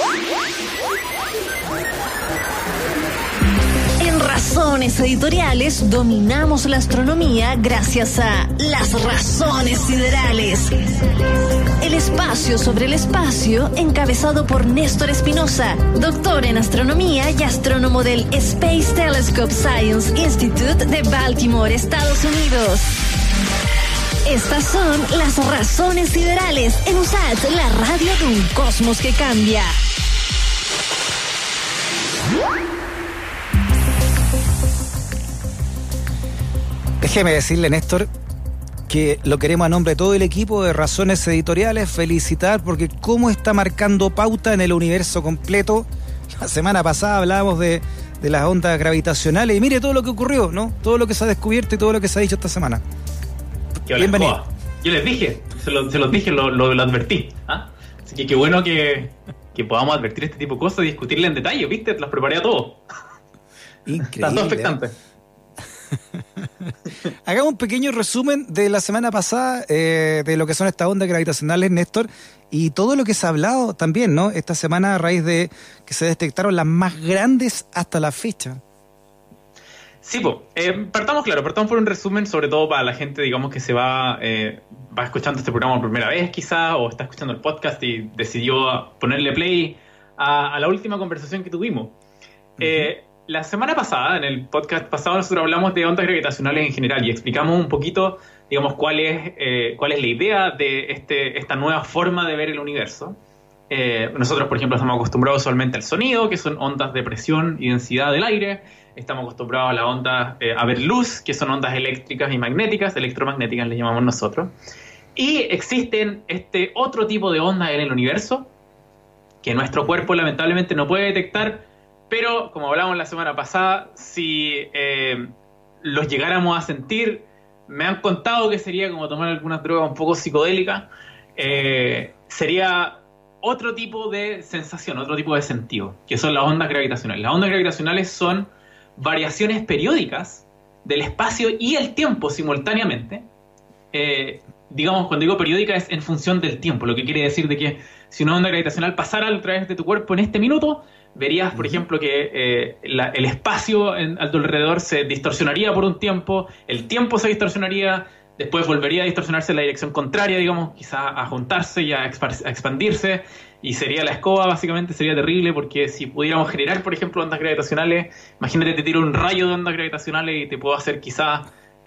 En Razones Editoriales dominamos la astronomía gracias a Las Razones Siderales. El espacio sobre el espacio, encabezado por Néstor Espinosa, doctor en astronomía y astrónomo del Space Telescope Science Institute de Baltimore, Estados Unidos. Estas son Las Razones Siderales en USAT, la radio de un cosmos que cambia. Déjeme decirle, Néstor, que lo queremos a nombre de todo el equipo de Razones Editoriales felicitar porque cómo está marcando pauta en el universo completo. La semana pasada hablábamos de las ondas gravitacionales y mire todo lo que ocurrió, ¿no? Todo lo que se ha descubierto y todo lo que se ha dicho esta semana. Bienvenido. Yo les dije, se los dije, lo advertí. ¿Ah? Así que qué bueno que podamos advertir este tipo de cosas y discutirle en detalle, ¿viste? Las preparé a todos. Increíble. Están todos expectantes. Hagamos un pequeño resumen de la semana pasada de lo que son estas ondas gravitacionales, Néstor, y todo lo que se ha hablado también, ¿no? Esta semana a raíz de que se detectaron las más grandes hasta la fecha. Sí, partamos por un resumen, sobre todo para la gente, digamos, que se va escuchando este programa por primera vez, quizá, o está escuchando el podcast y decidió ponerle play a la última conversación que tuvimos. La semana pasada, en el podcast pasado, nosotros hablamos de ondas gravitacionales en general y explicamos un poquito, digamos, cuál es la idea de esta nueva forma de ver el universo. Nosotros, por ejemplo, estamos acostumbrados solamente al sonido, que son ondas de presión y densidad del aire. Estamos acostumbrados a las ondas, a ver luz, que son ondas eléctricas y magnéticas, electromagnéticas le llamamos nosotros. Y existen este otro tipo de ondas en el universo que nuestro cuerpo lamentablemente no puede detectar. Pero, como hablamos la semana pasada, si los llegáramos a sentir, me han contado que sería como tomar algunas drogas un poco psicodélicas, sería otro tipo de sensación, otro tipo de sentido, que son las ondas gravitacionales. Las ondas gravitacionales son variaciones periódicas del espacio y el tiempo simultáneamente. Digamos, cuando digo periódica es en función del tiempo, lo que quiere decir de que si una onda gravitacional pasara a través de tu cuerpo en este minuto, verías, por ejemplo, que el espacio a tu alrededor se distorsionaría por un tiempo, el tiempo se distorsionaría, después volvería a distorsionarse en la dirección contraria, digamos, quizás a juntarse y a expandirse, y sería la escoba, básicamente sería terrible, porque si pudiéramos generar, por ejemplo, ondas gravitacionales, imagínate, te tiro un rayo de ondas gravitacionales y te puedo hacer quizás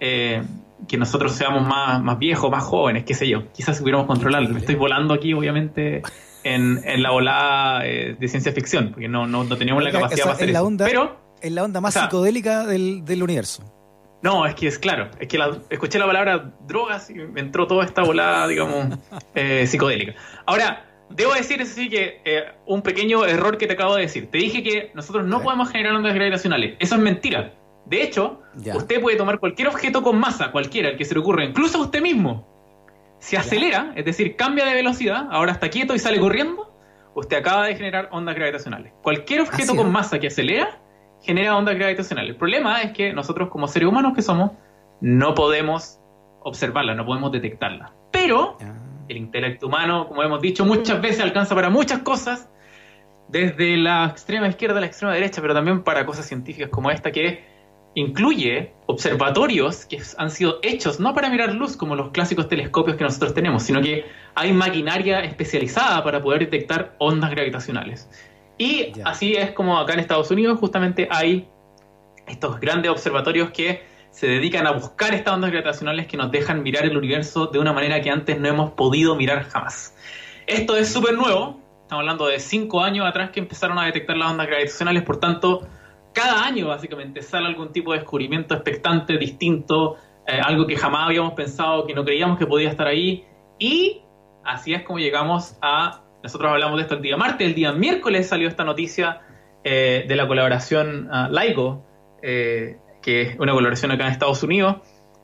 que nosotros seamos más viejos, más jóvenes, qué sé yo, quizás si pudiéramos controlarlo. Me estoy volando aquí, obviamente, en la volada de ciencia ficción, porque no teníamos la capacidad para hacer eso. Pero es la onda más psicodélica del universo. No, es que escuché la palabra drogas y me entró toda esta volada, digamos, psicodélica. Ahora, debo decir, eso sí, que un pequeño error que te acabo de decir. Te dije que nosotros no podemos generar ondas gravitacionales. Eso es mentira. De hecho, usted puede tomar cualquier objeto con masa, cualquiera, el que se le ocurra, incluso usted mismo. Se acelera, es decir, cambia de velocidad, ahora está quieto y sale corriendo, usted acaba de generar ondas gravitacionales. Cualquier objeto con masa que acelera, genera ondas gravitacionales. El problema es que nosotros, como seres humanos que somos, no podemos observarla, no podemos detectarla. Pero el intelecto humano, como hemos dicho, muchas veces alcanza para muchas cosas, desde la extrema izquierda a la extrema derecha, pero también para cosas científicas como esta, que incluye observatorios que han sido hechos no para mirar luz como los clásicos telescopios que nosotros tenemos, sino que hay maquinaria especializada para poder detectar ondas gravitacionales. Y así es como acá en Estados Unidos justamente hay estos grandes observatorios que se dedican a buscar estas ondas gravitacionales que nos dejan mirar el universo de una manera que antes no hemos podido mirar jamás. Esto es súper nuevo, estamos hablando de 5 años atrás que empezaron a detectar las ondas gravitacionales, por tanto, cada año básicamente sale algún tipo de descubrimiento expectante, distinto, algo que jamás habíamos pensado, que no creíamos que podía estar ahí, y así es como llegamos a... Nosotros hablamos de esto el día martes, el día miércoles salió esta noticia de la colaboración LIGO, que es una colaboración acá en Estados Unidos,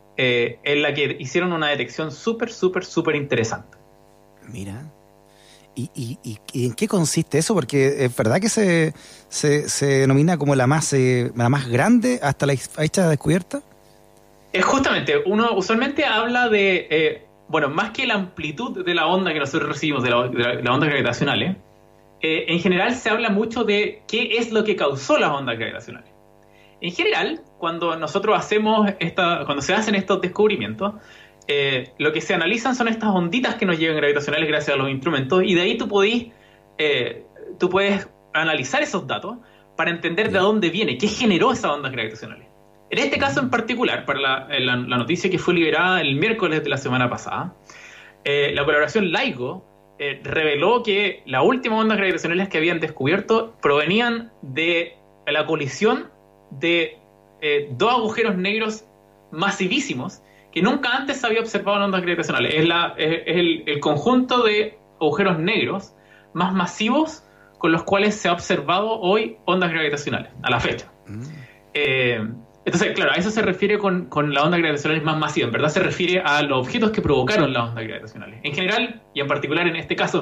en la que hicieron una detección súper interesante. Mira... ¿Y en qué consiste eso? Porque es verdad que se denomina como la más grande hasta la fecha descubierta. Es justamente, uno usualmente habla de, más que la amplitud de la onda que nosotros recibimos, de las ondas gravitacionales, en general se habla mucho de qué es lo que causó las ondas gravitacionales. En general, cuando cuando se hacen estos descubrimientos, lo que se analizan son estas onditas que nos llegan gravitacionales gracias a los instrumentos, y de ahí tú puedes analizar esos datos para entender de dónde viene, qué generó esas ondas gravitacionales. En este caso en particular, para la noticia que fue liberada el miércoles de la semana pasada, la colaboración LIGO reveló que las últimas ondas gravitacionales que habían descubierto provenían de la colisión de dos agujeros negros masivísimos que nunca antes se había observado en ondas gravitacionales. Es el conjunto de agujeros negros más masivos con los cuales se ha observado hoy ondas gravitacionales, a la fecha. Entonces, claro, a eso se refiere con las ondas gravitacionales más masivas. En verdad se refiere a los objetos que provocaron las ondas gravitacionales. En general, y en particular en este caso,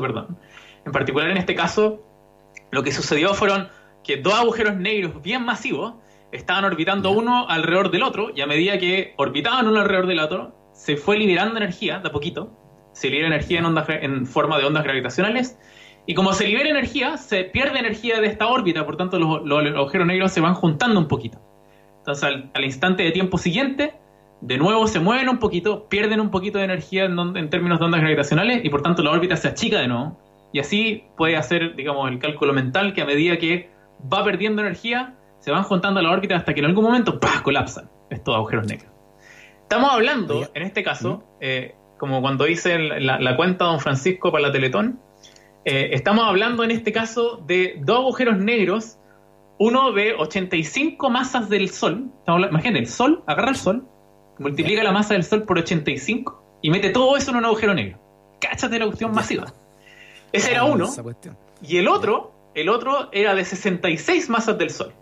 lo que sucedió fueron que dos agujeros negros bien masivos estaban orbitando uno alrededor del otro, y a medida que orbitaban uno alrededor del otro, se fue liberando energía de a poquito. Se libera energía en forma de ondas gravitacionales, y como se libera energía, se pierde energía de esta órbita, por tanto los agujeros negros se van juntando un poquito. Entonces al instante de tiempo siguiente, de nuevo se mueven un poquito, pierden un poquito de energía en términos de ondas gravitacionales, y por tanto la órbita se achica de nuevo. Y así puede hacer, digamos, el cálculo mental que a medida que va perdiendo energía, se van juntando a la órbita hasta que en algún momento ¡pah!, colapsan estos agujeros negros. Estamos hablando, en este caso, como cuando hice la cuenta Don Francisco para la Teletón, estamos hablando en este caso de dos agujeros negros, uno de 85 masas del Sol. Imagínate, el Sol, agarra el Sol, multiplica la masa del Sol por 85 y mete todo eso en un agujero negro. Cáchate la cuestión masiva. Ese era uno. Y el otro era de 66 masas del Sol.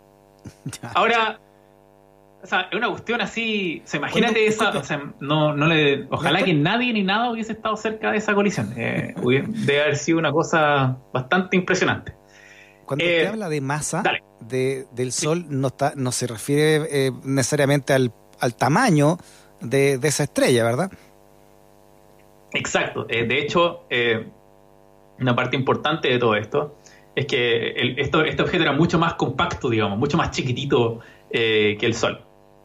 Ahora, o sea, es una cuestión así. O sea, imagínate esa. O sea, ojalá que nadie ni nada hubiese estado cerca de esa colisión. Debe haber sido una cosa bastante impresionante. Cuando usted habla de masa del Sol, no se refiere necesariamente al tamaño de esa estrella, ¿verdad? Exacto. De hecho, una parte importante de todo esto es que este objeto era mucho más compacto, digamos, mucho más chiquitito que el Sol.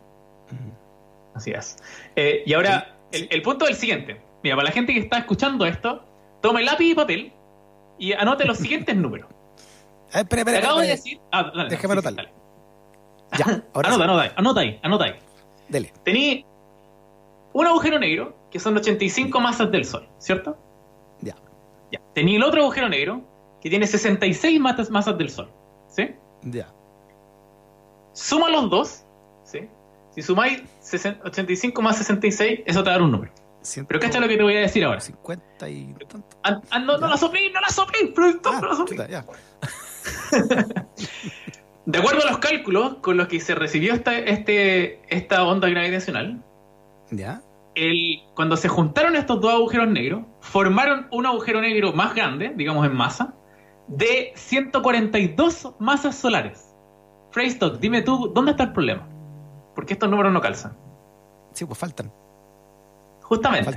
Así es. Y ahora, el punto es el siguiente. Mira, para la gente que está escuchando esto, tome lápiz y papel y anote los siguientes números. Espera. Acabo de decir... Déjame anotar. Dale. Ya, ahora anota ahí. Dele. Tení un agujero negro, que son 85 masas del Sol, ¿cierto? Ya. Tení el otro agujero negro, que tiene 66 masas del Sol, ¿sí? Ya. Suma los dos, ¿sí? Si sumáis 85 más 66, eso te va a dar un número. Pero cacha lo que te voy a decir ahora. 50 y tanto. No la soplé, no la soplé. Ya. De acuerdo a los cálculos con los que se recibió esta onda gravitacional, ¿ya? Cuando se juntaron estos dos agujeros negros, formaron un agujero negro más grande, digamos en masa, de 142 masas solares. Freystock, dime tú, ¿dónde está el problema? ¿Por qué estos números no calzan? Sí, pues faltan. Justamente,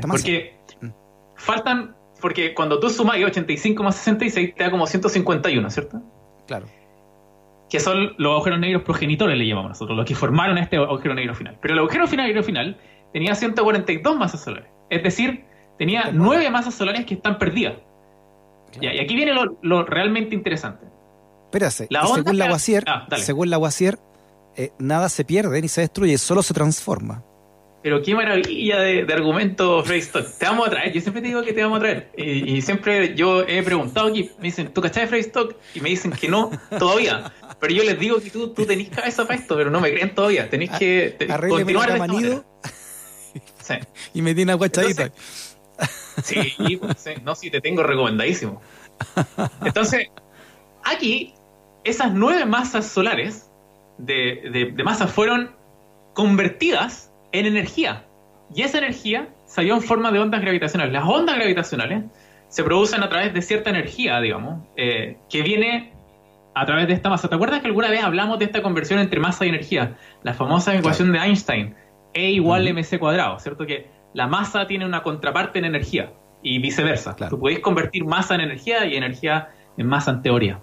porque cuando tú sumas 85 más 66 te da como 151, ¿cierto? Claro. Que son los agujeros negros progenitores, le llamamos nosotros, los que formaron este agujero negro final. Pero el agujero negro final tenía 142 masas solares. Es decir, tenía 9 masas solares que están perdidas. Claro. Y aquí viene lo realmente interesante. Espérase, según Lavoisier, nada se pierde ni se destruye, solo se transforma. Pero qué maravilla de argumento, Freystock. Te vamos a traer, yo siempre te digo que te vamos a traer. Y siempre yo he preguntado aquí, me dicen, ¿tú cachai, Freystock? Y me dicen que no, todavía. Pero yo les digo que tú tenés cabeza para esto, pero no me creen todavía. Tenés que continuar de esta manera. Sí. Y me tiene aguachadita. Sí, pues, sí, no, sí, te tengo recomendadísimo. Entonces, aquí, esas 9 masas solares de masa fueron convertidas en energía. Y esa energía salió en forma de ondas gravitacionales. Las ondas gravitacionales se producen a través de cierta energía, digamos, que viene a través de esta masa. ¿Te acuerdas que alguna vez hablamos de esta conversión entre masa y energía? La famosa ecuación de Einstein, E igual mc cuadrado, ¿cierto? Que la masa tiene una contraparte en energía y viceversa. Claro. Tú podés convertir masa en energía y energía en masa en teoría.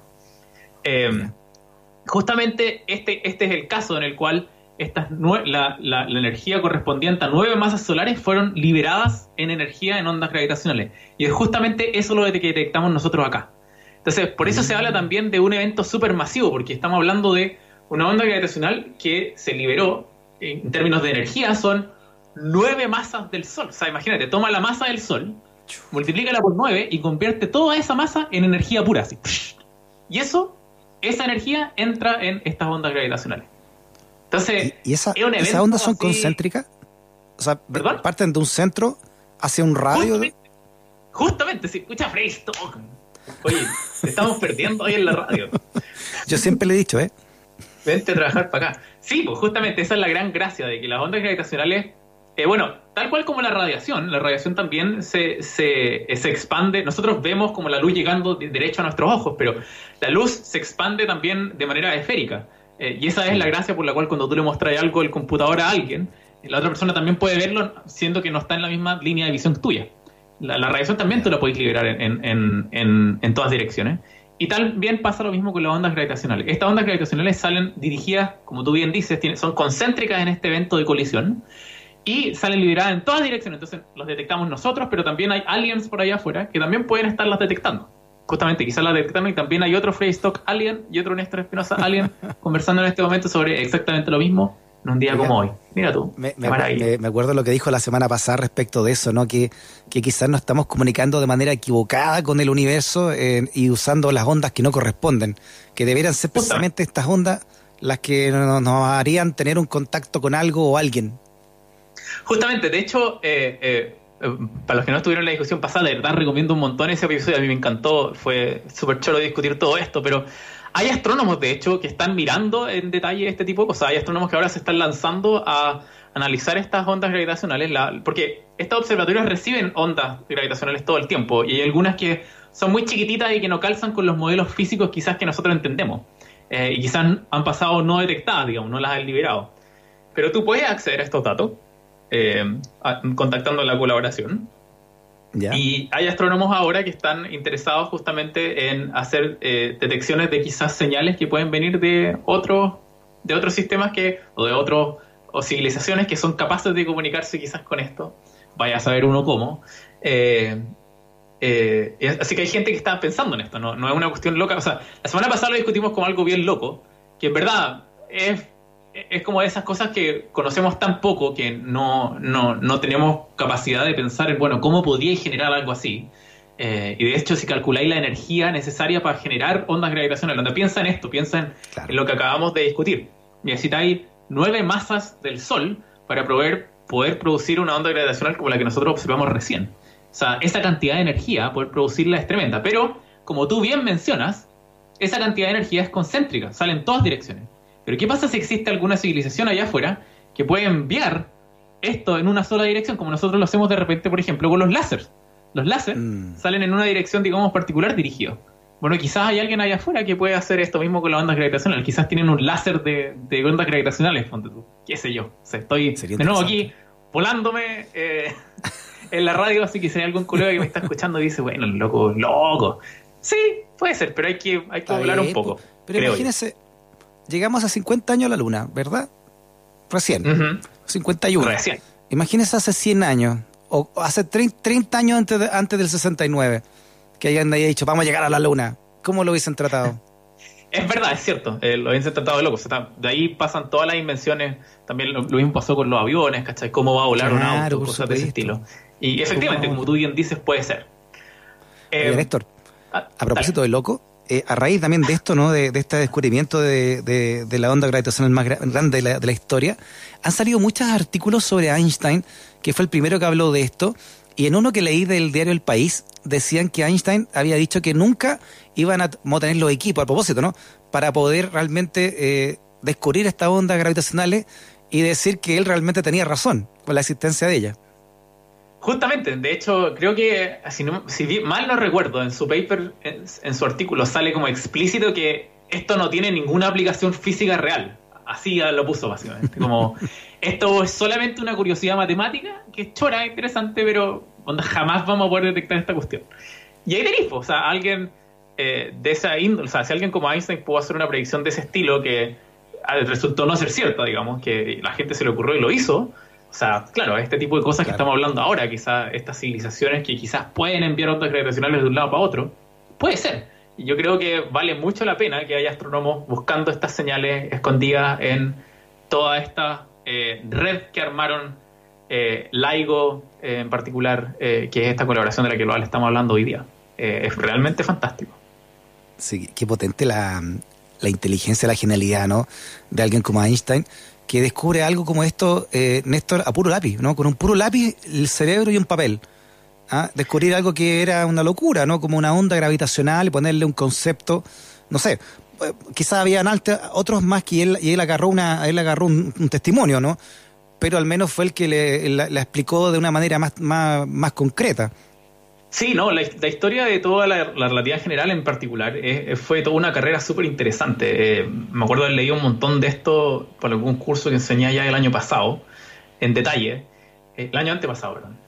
Justamente este es el caso en el cual la energía correspondiente a 9 masas solares fueron liberadas en energía en ondas gravitacionales. Y es justamente eso lo que detectamos nosotros acá. Entonces, por eso se habla también de un evento supermasivo, porque estamos hablando de una onda gravitacional que se liberó, en términos de energía, son 9 masas del Sol. O sea, imagínate, toma la masa del Sol, multiplícala por 9 y convierte toda esa masa en energía pura. Así. Y esa energía entra en estas ondas gravitacionales. Entonces, ¿Y esas ondas son concéntricas? O sea, ¿perdón? Parten de un centro hacia un radio. Justamente, si escucha Freystock. Oye, te estamos perdiendo hoy en la radio. Yo siempre le he dicho, Vente a trabajar para acá. Sí, pues justamente esa es la gran gracia de que las ondas gravitacionales, tal cual como la radiación también se expande. Nosotros vemos como la luz llegando derecho a nuestros ojos, pero la luz se expande también de manera esférica. Y esa es la gracia por la cual cuando tú le mostras algo del computador a alguien, la otra persona también puede verlo, siendo que no está en la misma línea de visión tuya. La radiación también tú la puedes liberar en todas direcciones. Y también pasa lo mismo con las ondas gravitacionales. Estas ondas gravitacionales salen dirigidas, como tú bien dices, son concéntricas en este evento de colisión y salen liberadas en todas direcciones. Entonces los detectamos nosotros, pero también hay aliens por allá afuera que también pueden estarlas detectando. Justamente, quizás las detectando, y también hay otro Freystock alien y otro Néstor Espinosa alien conversando en este momento sobre exactamente lo mismo en un día como hoy. Mira tú, me acuerdo lo que dijo la semana pasada respecto de eso, ¿no? Que quizás nos estamos comunicando de manera equivocada con el universo y usando las ondas que no corresponden, que deberían ser precisamente estas ondas las que nos harían tener un contacto con algo o alguien. Justamente, de hecho, para los que no estuvieron en la discusión pasada, de verdad recomiendo un montón ese episodio, a mí me encantó, fue súper chulo discutir todo esto, pero hay astrónomos, de hecho, que están mirando en detalle este tipo de cosas. Hay astrónomos que ahora se están lanzando a analizar estas ondas gravitacionales, porque estos observatorios reciben ondas gravitacionales todo el tiempo, y hay algunas que son muy chiquititas y que no calzan con los modelos físicos quizás que nosotros entendemos, y quizás han pasado no detectadas, digamos, no las han liberado. Pero tú puedes acceder a estos datos contactando la colaboración. ¿Ya? Y hay astrónomos ahora que están interesados justamente en hacer detecciones de quizás señales que pueden venir de otros sistemas o civilizaciones que son capaces de comunicarse quizás con esto. Vaya a saber uno cómo. Así que hay gente que está pensando en esto, no es una cuestión loca. O sea, la semana pasada lo discutimos como algo bien loco, que en verdad es como de esas cosas que conocemos tan poco que no tenemos capacidad de pensar en, bueno, ¿cómo podría generar algo así? Y de hecho, si calculáis la energía necesaria para generar ondas gravitacionales, donde piensa en esto, piensa en lo que acabamos de discutir. Necesitáis 9 masas del Sol para poder producir una onda gravitacional como la que nosotros observamos recién. O sea, esa cantidad de energía, poder producirla es tremenda. Pero, como tú bien mencionas, esa cantidad de energía es concéntrica, sale en todas direcciones. Pero ¿qué pasa si existe alguna civilización allá afuera que puede enviar esto en una sola dirección, como nosotros lo hacemos de repente, por ejemplo, con los láseres? Los láseres salen en una dirección, digamos, particular dirigido. Bueno, quizás hay alguien allá afuera que puede hacer esto mismo con las ondas gravitacionales. Quizás tienen un láser de ondas gravitacionales, ponte tú. Qué sé yo. O sea, estoy de nuevo aquí volándome en la radio, así que si hay algún colega que me está escuchando y dice, bueno, loco. Sí, puede ser, pero hay que volar un poco. Pero imagínese... Llegamos a 50 años a la Luna, ¿verdad? Recién. 51. Recién. Imagínese hace 100 años, o hace 30 años antes del 69, que alguien haya dicho, vamos a llegar a la Luna. ¿Cómo lo hubiesen tratado? Es verdad, es cierto. Lo hubiesen tratado de locos. De ahí pasan todas las invenciones. También lo mismo pasó con los aviones, ¿cachai? Cómo va a volar un auto, cosas de ese estilo. Y efectivamente, como tú bien dices, puede ser. Néstor, a propósito de loco, a raíz también de esto, ¿no? De este descubrimiento de la onda gravitacional más grande de la historia, han salido muchos artículos sobre Einstein, que fue el primero que habló de esto, y en uno que leí del diario El País, decían que Einstein había dicho que nunca iban a tener los equipos, a propósito, ¿no? Para poder realmente descubrir estas ondas gravitacionales y decir que él realmente tenía razón con la existencia de ellas. Justamente, de hecho, creo que, si mal no recuerdo, en su paper, en su artículo, sale como explícito que esto no tiene ninguna aplicación física real. Así lo puso, básicamente. Como, esto es solamente una curiosidad matemática, que es chora, interesante, pero jamás vamos a poder detectar esta cuestión. Y ahí tenéis, o sea, alguien de esa índole, o sea, si alguien como Einstein pudo hacer una predicción de ese estilo que resultó no ser cierta, digamos, que la gente se le ocurrió y lo hizo, o sea, claro, este tipo de cosas que estamos hablando ahora, quizás estas civilizaciones que quizás pueden enviar ondas gravitacionales de un lado para otro, puede ser. Y yo creo que vale mucho la pena que haya astrónomos buscando estas señales escondidas en toda esta red que armaron LIGO en particular, que es esta colaboración de la que le estamos hablando hoy día. Es realmente fantástico. Sí, qué potente la inteligencia, la genialidad, ¿no?, de alguien como Einstein, que descubre algo como esto, Néstor, a puro lápiz, ¿no? Con un puro lápiz, el cerebro y un papel. Descubrir algo que era una locura, ¿no? Como una onda gravitacional y ponerle un concepto, no sé, quizás habían otros más que él agarró un testimonio, ¿no? Pero al menos fue el que la explicó de una manera más concreta. Sí, no, la historia de toda la relatividad general en particular fue toda una carrera súper interesante. Me acuerdo de haber leído un montón de esto por algún curso que enseñé ya el año pasado, en detalle, el año antepasado, perdón,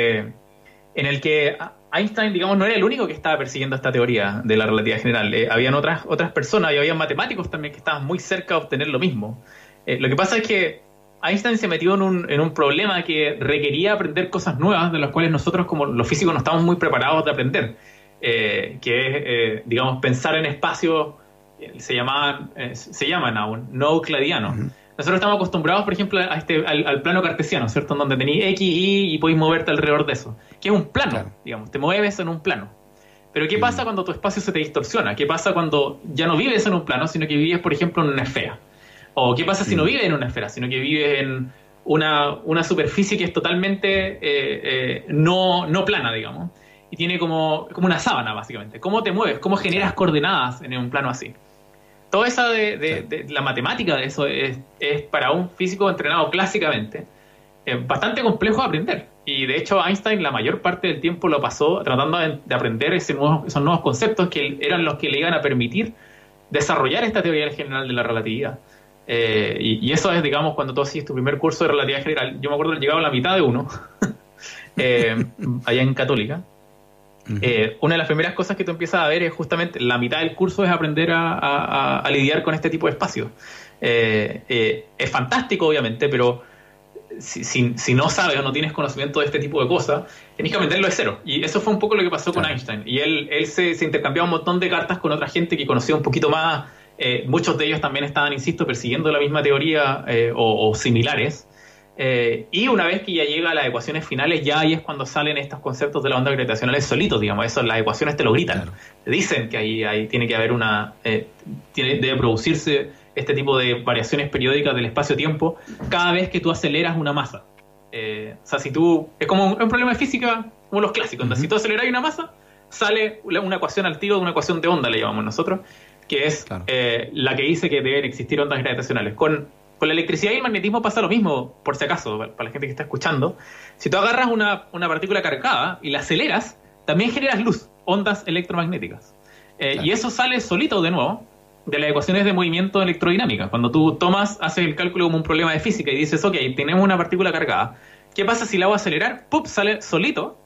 en el que Einstein, digamos, no era el único que estaba persiguiendo esta teoría de la relatividad general. Habían otras personas y había matemáticos también que estaban muy cerca de obtener lo mismo. Lo que pasa es que Einstein se metió en un problema que requería aprender cosas nuevas de las cuales nosotros como los físicos no estamos muy preparados de aprender, que es, digamos, pensar en espacios, se llaman aún no euclidianos. Uh-huh. Nosotros estamos acostumbrados, por ejemplo, al plano cartesiano, ¿cierto? En donde tenéis X, Y podéis moverte alrededor de eso, que es un plano, claro. Digamos, te mueves en un plano. Pero ¿qué pasa cuando tu espacio se te distorsiona? ¿Qué pasa cuando ya no vives en un plano, sino que vives, por ejemplo, en una esfera? ¿O qué pasa si no vives en una esfera, sino que vives en una superficie que es totalmente no plana, digamos? Y tiene como una sábana, básicamente. ¿Cómo te mueves? ¿Cómo generas coordenadas en un plano así? Toda esa de la matemática de eso es para un físico entrenado clásicamente bastante complejo de aprender. Y de hecho Einstein la mayor parte del tiempo lo pasó tratando de aprender esos nuevos conceptos que eran los que le iban a permitir desarrollar esta teoría general de la relatividad. Y eso es, digamos, cuando tú haces tu primer curso de relatividad general. Yo me acuerdo que llegaba a la mitad de uno allá en Católica. Una de las primeras cosas que tú empiezas a ver es justamente la mitad del curso es aprender a lidiar con este tipo de espacios. Es fantástico, obviamente, pero si no sabes o no tienes conocimiento de este tipo de cosas, tenés que aprenderlo de cero. Y eso fue un poco lo que pasó con Einstein. Y él se intercambiaba un montón de cartas con otra gente que conocía un poquito más. Muchos de ellos también estaban, insisto, persiguiendo la misma teoría o similares. Y una vez que ya llega a las ecuaciones finales, ya ahí es cuando salen estos conceptos de las ondas gravitacionales solitos, digamos. Eso, las ecuaciones te lo gritan. Claro. Te dicen que ahí tiene que haber debe producirse este tipo de variaciones periódicas del espacio-tiempo cada vez que tú aceleras una masa. O sea, si tú... Es como un problema de física como los clásicos. Entonces, si tú aceleras una masa, sale una ecuación al tiro de una ecuación de onda, le llamamos nosotros, que es la que dice que deben existir ondas gravitacionales. Con la electricidad y el magnetismo pasa lo mismo, por si acaso, para la gente que está escuchando. Si tú agarras una partícula cargada y la aceleras, también generas luz, ondas electromagnéticas. Y eso sale solito, de nuevo, de las ecuaciones de movimiento electrodinámica. Cuando tú haces el cálculo como un problema de física y dices, ok, tenemos una partícula cargada, ¿qué pasa si la hago acelerar? ¡Pup! Sale solito,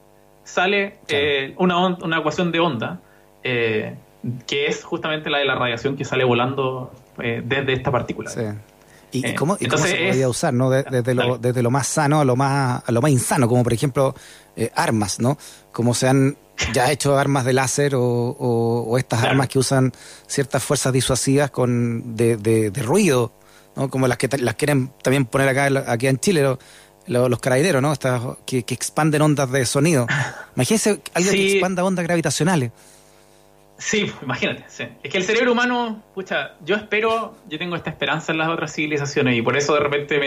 una ecuación de onda, que es justamente la de la radiación que sale volando desde esta partícula. Sí. ¿Y cómo se podría usar, ¿no? Desde lo más sano a lo más insano, como por ejemplo armas, ¿no? Como se han ya hecho armas de láser o estas armas que usan ciertas fuerzas disuasivas de ruido, ¿no? Como las quieren también poner aquí en Chile los carabineros, ¿no? Estas que expanden ondas de sonido. Imagínense alguien que expanda ondas gravitacionales. Sí, imagínate. Sí. Es que el cerebro humano, yo tengo esta esperanza en las otras civilizaciones y por eso de repente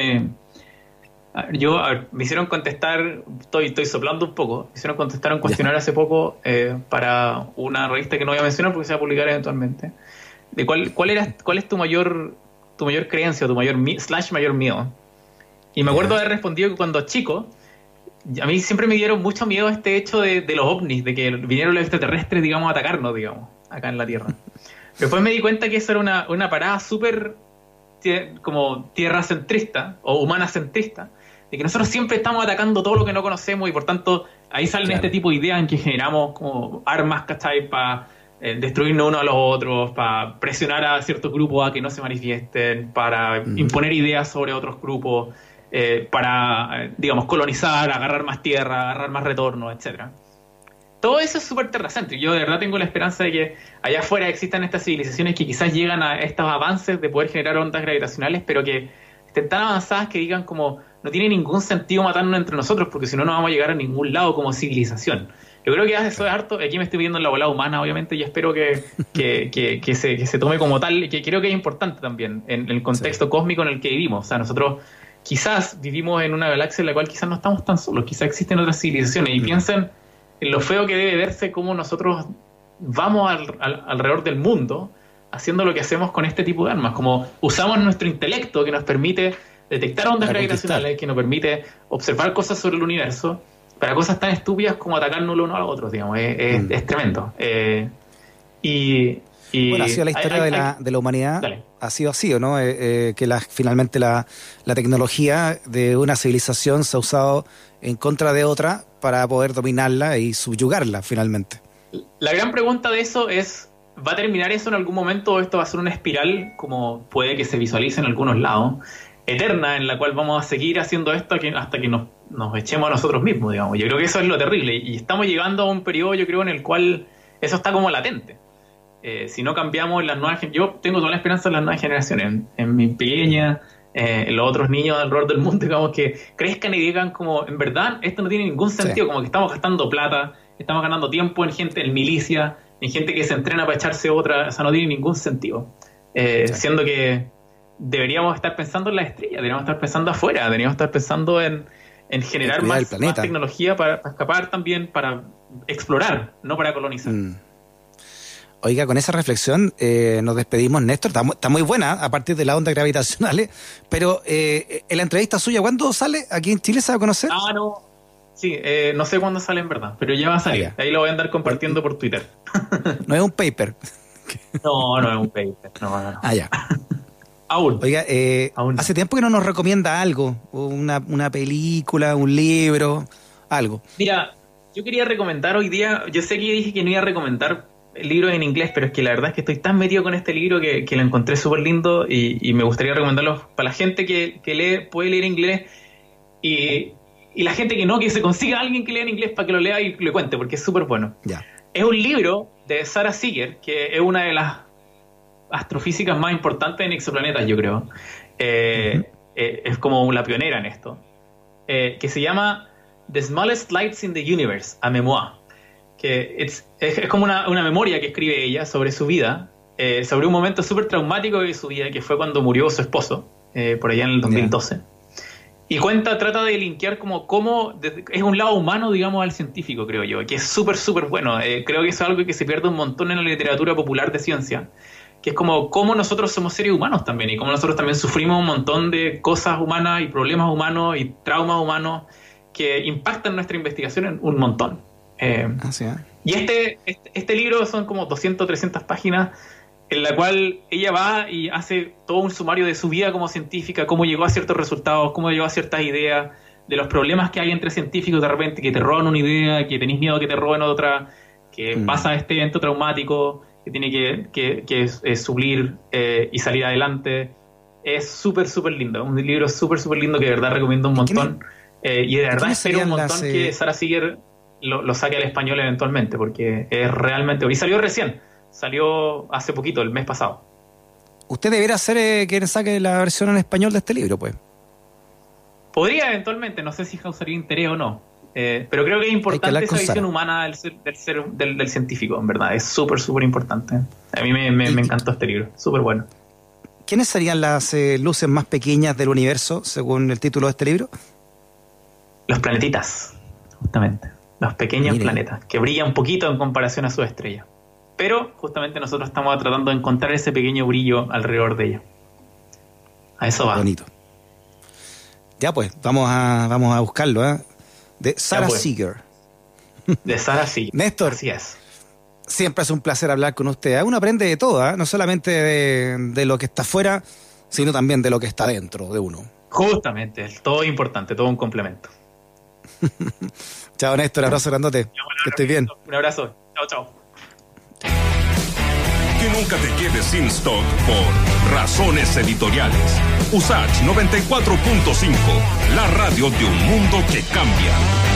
me hicieron contestar, estoy soplando un poco, me hicieron contestar un cuestionario hace poco para una revista que no voy a mencionar porque se va a publicar eventualmente, de cuál es tu mayor creencia, tu mayor miedo. Y me acuerdo de haber respondido que cuando chico, a mí siempre me dieron mucho miedo este hecho de los ovnis, de que vinieron los extraterrestres, digamos, a atacarnos, digamos, acá en la Tierra. Después me di cuenta que eso era una parada súper como tierra-centrista o humana-centrista, de que nosotros siempre estamos atacando todo lo que no conocemos y por tanto ahí salen este tipo de ideas en que generamos como armas, ¿cachai? Para destruirnos unos a los otros, para presionar a ciertos grupos a que no se manifiesten, para imponer ideas sobre otros grupos, para, digamos, colonizar, agarrar más tierra, agarrar más retorno, etcétera. Todo eso es súper terracéntrico. Yo de verdad tengo la esperanza de que allá afuera existan estas civilizaciones que quizás llegan a estos avances de poder generar ondas gravitacionales, pero que estén tan avanzadas que digan como no tiene ningún sentido matarnos entre nosotros porque si no, no vamos a llegar a ningún lado como civilización. Yo creo que eso es harto. Aquí me estoy viendo en la bola humana, obviamente, y espero que se tome como tal, y que creo que es importante también en el contexto cósmico en el que vivimos. O sea, nosotros quizás vivimos en una galaxia en la cual quizás no estamos tan solos, quizás existen otras civilizaciones, y piensen en lo feo que debe verse cómo nosotros vamos alrededor del mundo haciendo lo que hacemos con este tipo de armas, como usamos nuestro intelecto que nos permite detectar ondas gravitacionales, que nos permite observar cosas sobre el universo, para cosas tan estúpidas como atacarnos uno a los otros, digamos. Es tremendo. Bueno, ha sido la historia de la humanidad. Dale. Ha sido así, ¿no? Que finalmente la tecnología de una civilización se ha usado en contra de otra para poder dominarla y subyugarla finalmente. La gran pregunta de eso es, ¿va a terminar eso en algún momento o esto va a ser una espiral, como puede que se visualice en algunos lados, eterna, en la cual vamos a seguir haciendo esto hasta que nos echemos a nosotros mismos, digamos? Yo creo que eso es lo terrible, y estamos llegando a un periodo, yo creo, en el cual eso está como latente. Si no cambiamos las nuevas generaciones, yo tengo toda la esperanza en las nuevas generaciones, en mi pequeña, en los otros niños alrededor del mundo, digamos, que crezcan y digan como, en verdad, esto no tiene ningún sentido, como que estamos gastando plata, estamos ganando tiempo en gente, en milicia, en gente que se entrena para echarse otra, o sea, no tiene ningún sentido. Siendo que deberíamos estar pensando en las estrellas, deberíamos estar pensando afuera, deberíamos estar pensando en generar más tecnología para escapar también, para explorar, no para colonizar. Oiga, con esa reflexión nos despedimos, Néstor. Está muy buena a partir de las ondas gravitacionales, pero en la entrevista suya, ¿cuándo sale? ¿Aquí en Chile se va a conocer? No. Sí, no sé cuándo sale en verdad, pero ya va a salir. Ahí lo voy a andar compartiendo por Twitter. ¿No es un paper? No es un paper. No. Ya. Aún. Oiga, Aún. Hace tiempo que no nos recomienda algo, una película, un libro, algo. Mira, yo quería recomendar hoy día, yo sé que dije que no iba a recomendar libros en inglés, pero es que la verdad es que estoy tan metido con este libro que lo encontré súper lindo y me gustaría recomendarlo para la gente que lee, puede leer inglés, y la gente que no, que se consiga a alguien que lea en inglés para que lo lea y le cuente, porque es súper bueno. Ya. Es un libro de Sara Seager, que es una de las astrofísicas más importantes en exoplanetas, yo creo. Es como la pionera en esto. Que se llama The Smallest Lights in the Universe, a Memoir. Que es como una memoria que escribe ella sobre su vida, sobre un momento súper traumático de su vida, que fue cuando murió su esposo, por allá en el 2012. Y trata de linkear cómo es un lado humano, digamos, al científico, creo yo, que es súper, súper bueno. Creo que eso es algo que se pierde un montón en la literatura popular de ciencia, que es como cómo nosotros somos seres humanos también, y cómo nosotros también sufrimos un montón de cosas humanas y problemas humanos y traumas humanos que impactan nuestra investigación en un montón. Y este libro son como 200, 300 páginas en la cual ella va y hace todo un sumario de su vida como científica, cómo llegó a ciertos resultados, cómo llegó a ciertas ideas, de los problemas que hay entre científicos de repente, que te roban una idea, que tenés miedo que te roben otra, que pasa este evento traumático, que tiene que suplir y salir adelante. Es súper, súper lindo, un libro súper, súper lindo que de verdad recomiendo un montón. Y de verdad espero un montón que Sara Seager lo saque al español eventualmente, porque es realmente... Y salió hace poquito, el mes pasado. Usted debería ser quien saque la versión en español de este libro, pues. Podría eventualmente, no sé si causaría interés o no, pero creo que es importante esa visión humana del científico, en verdad, es súper, súper importante. A mí me encantó este libro, súper bueno. ¿Quiénes serían las luces más pequeñas del universo, según el título de este libro? Los planetitas, justamente. Los pequeños planetas, que brillan un poquito en comparación a sus estrellas. Pero justamente nosotros estamos tratando de encontrar ese pequeño brillo alrededor de ella. A eso va. Bonito. Ya pues, vamos a buscarlo, ¿eh? De Sara Seager. De Sara Seager. Néstor. Así es. Siempre es un placer hablar con usted. Uno aprende de todo, ¿eh? No solamente de lo que está afuera, sino también de lo que está dentro de uno. Justamente, todo importante, todo un complemento. Chao, Néstor, abrazo grandote. Que estés bien. Un abrazo. Chao, chao. Nunca te quedes sin stock por razones editoriales. USACH 94.5, la radio de un mundo que cambia.